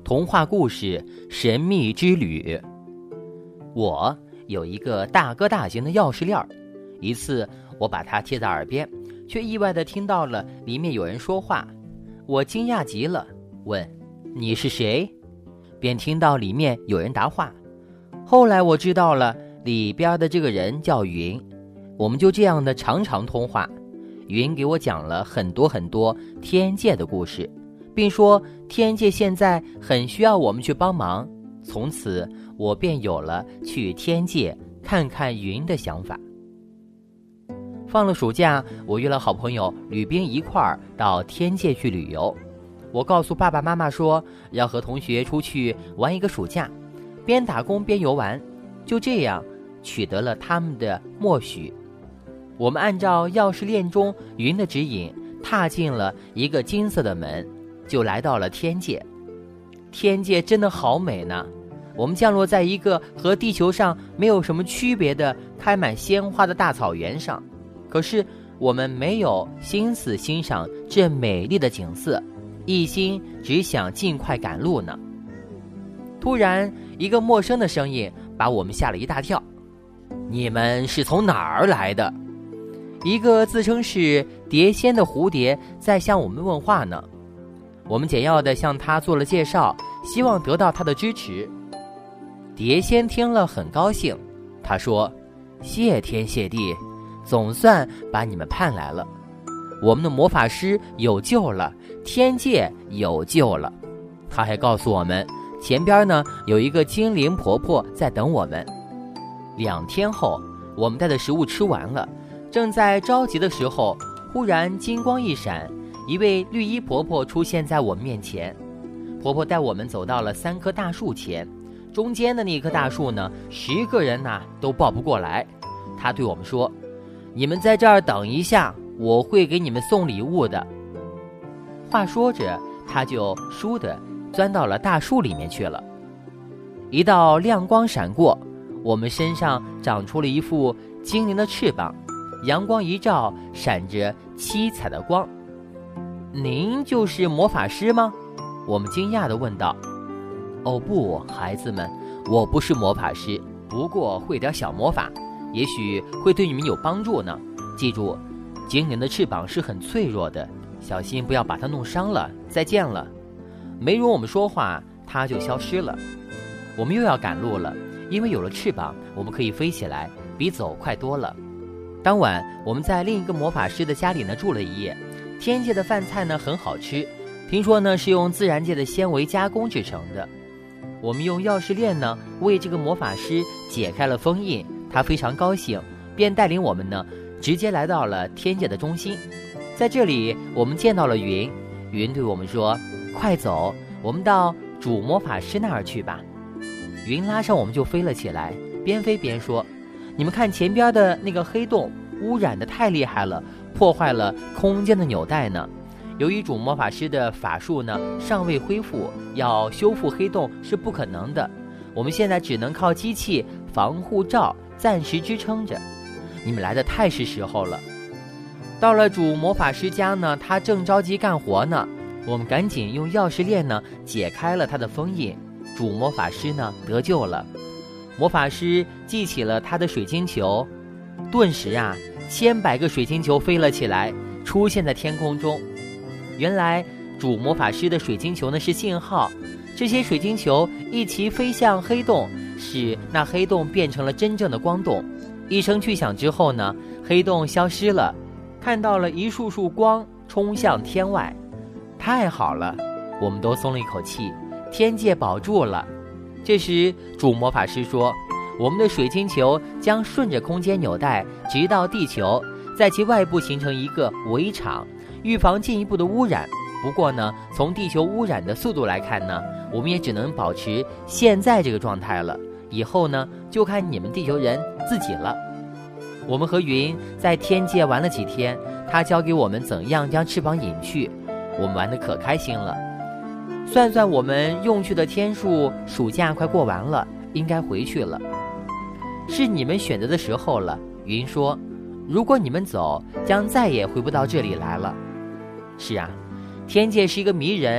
童话故事神秘之旅。我有一个大哥大型的钥匙链，一次我把它贴在耳边，却意外地听到了里面有人说话。我惊讶极了，问你是谁？便听到里面有人答话。后来我知道了，里边的这个人叫云，我们就这样的常常通话。云给我讲了很多很多天界的故事，并说天界现在很需要我们去帮忙。从此我便有了去天界看看云的想法。放了暑假，我约了好朋友吕冰一块儿到天界去旅游。我告诉爸爸妈妈说要和同学出去玩一个暑假，边打工边游玩，就这样取得了他们的默许。我们按照钥匙链中云的指引，踏进了一个金色的门，就来到了天界。天界真的好美呢！我们降落在一个和地球上没有什么区别的开满鲜花的大草原上，可是我们没有心思欣赏这美丽的景色，一心只想尽快赶路呢。突然，一个陌生的声音把我们吓了一大跳。你们是从哪儿来的？一个自称是蝶仙的蝴蝶在向我们问话呢。我们简要地向他做了介绍，希望得到他的支持。蝶仙听了很高兴，他说：谢天谢地，总算把你们盼来了。我们的魔法师有救了，天界有救了。他还告诉我们，前边呢有一个精灵婆婆在等我们。2天后，我们带的食物吃完了，正在着急的时候，忽然金光一闪，一位绿衣婆婆出现在我们面前。婆婆带我们走到了3棵大树前，中间的那棵大树呢，10个人都抱不过来。她对我们说：你们在这儿等一下，我会给你们送礼物的。话说着，她就倏地钻到了大树里面去了。一道亮光闪过，我们身上长出了一副精灵的翅膀，阳光一照，闪着七彩的光。您就是魔法师吗？我们惊讶地问道。哦不，孩子们，我不是魔法师，不过会点小魔法，也许会对你们有帮助呢。记住，精灵的翅膀是很脆弱的，小心不要把它弄伤了。再见了。没容我们说话，它就消失了。我们又要赶路了，因为有了翅膀，我们可以飞起来，比走快多了。当晚，我们在另一个魔法师的家里住了一夜。天界的饭菜很好吃，听说是用自然界的纤维加工制成的。我们用钥匙链为这个魔法师解开了封印，他非常高兴，便带领我们直接来到了天界的中心。在这里，我们见到了云。云对我们说：快走，我们到主魔法师那儿去吧。云拉上我们就飞了起来，边飞边说：你们看前边的那个黑洞，污染的太厉害了，破坏了空间的纽带呢。由于主魔法师的法术尚未恢复，要修复黑洞是不可能的。我们现在只能靠机器防护罩暂时支撑着。你们来的太是时候了。到了主魔法师家他正着急干活呢。我们赶紧用钥匙链解开了他的封印。主魔法师得救了。魔法师记起了他的水晶球，顿时千百个水晶球飞了起来，出现在天空中。原来主魔法师的水晶球是信号，这些水晶球一齐飞向黑洞，使那黑洞变成了真正的光洞。一声巨响之后黑洞消失了，看到了一束束光冲向天外。太好了，我们都松了一口气，天界保住了。这时主魔法师说：我们的水晶球将顺着空间纽带直到地球，在其外部形成一个围场，预防进一步的污染。不过从地球污染的速度来看我们也只能保持现在这个状态了。以后就看你们地球人自己了。我们和云在天界玩了几天，他教给我们怎样将翅膀隐去，我们玩得可开心了。算算我们用去的天数，暑假快过完了，应该回去了。是你们选择的时候了，云说，如果你们走，将再也回不到这里来了。是啊，天界是一个迷人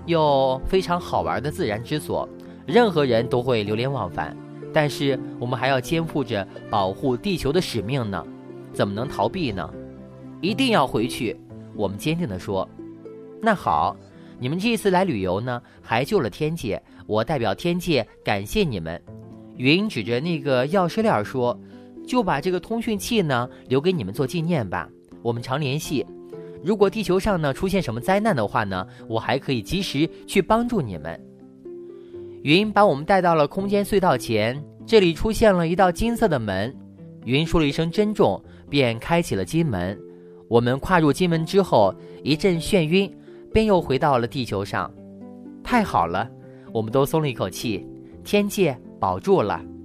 又非常好玩的自然之所，任何人都会流连忘返。但是我们还要肩负着保护地球的使命呢，怎么能逃避呢？一定要回去，我们坚定地说。那好，你们这一次来旅游呢，还救了天界，我代表天界感谢你们。云指着那个钥匙链说，就把这个通讯器呢留给你们做纪念吧，我们常联系。如果地球上呢出现什么灾难的话呢，我还可以及时去帮助你们。云把我们带到了空间隧道前，这里出现了一道金色的门。云说了一声珍重，便开启了金门。我们跨入金门之后，一阵眩晕，便又回到了地球上。太好了，我们都松了一口气，天界保住了。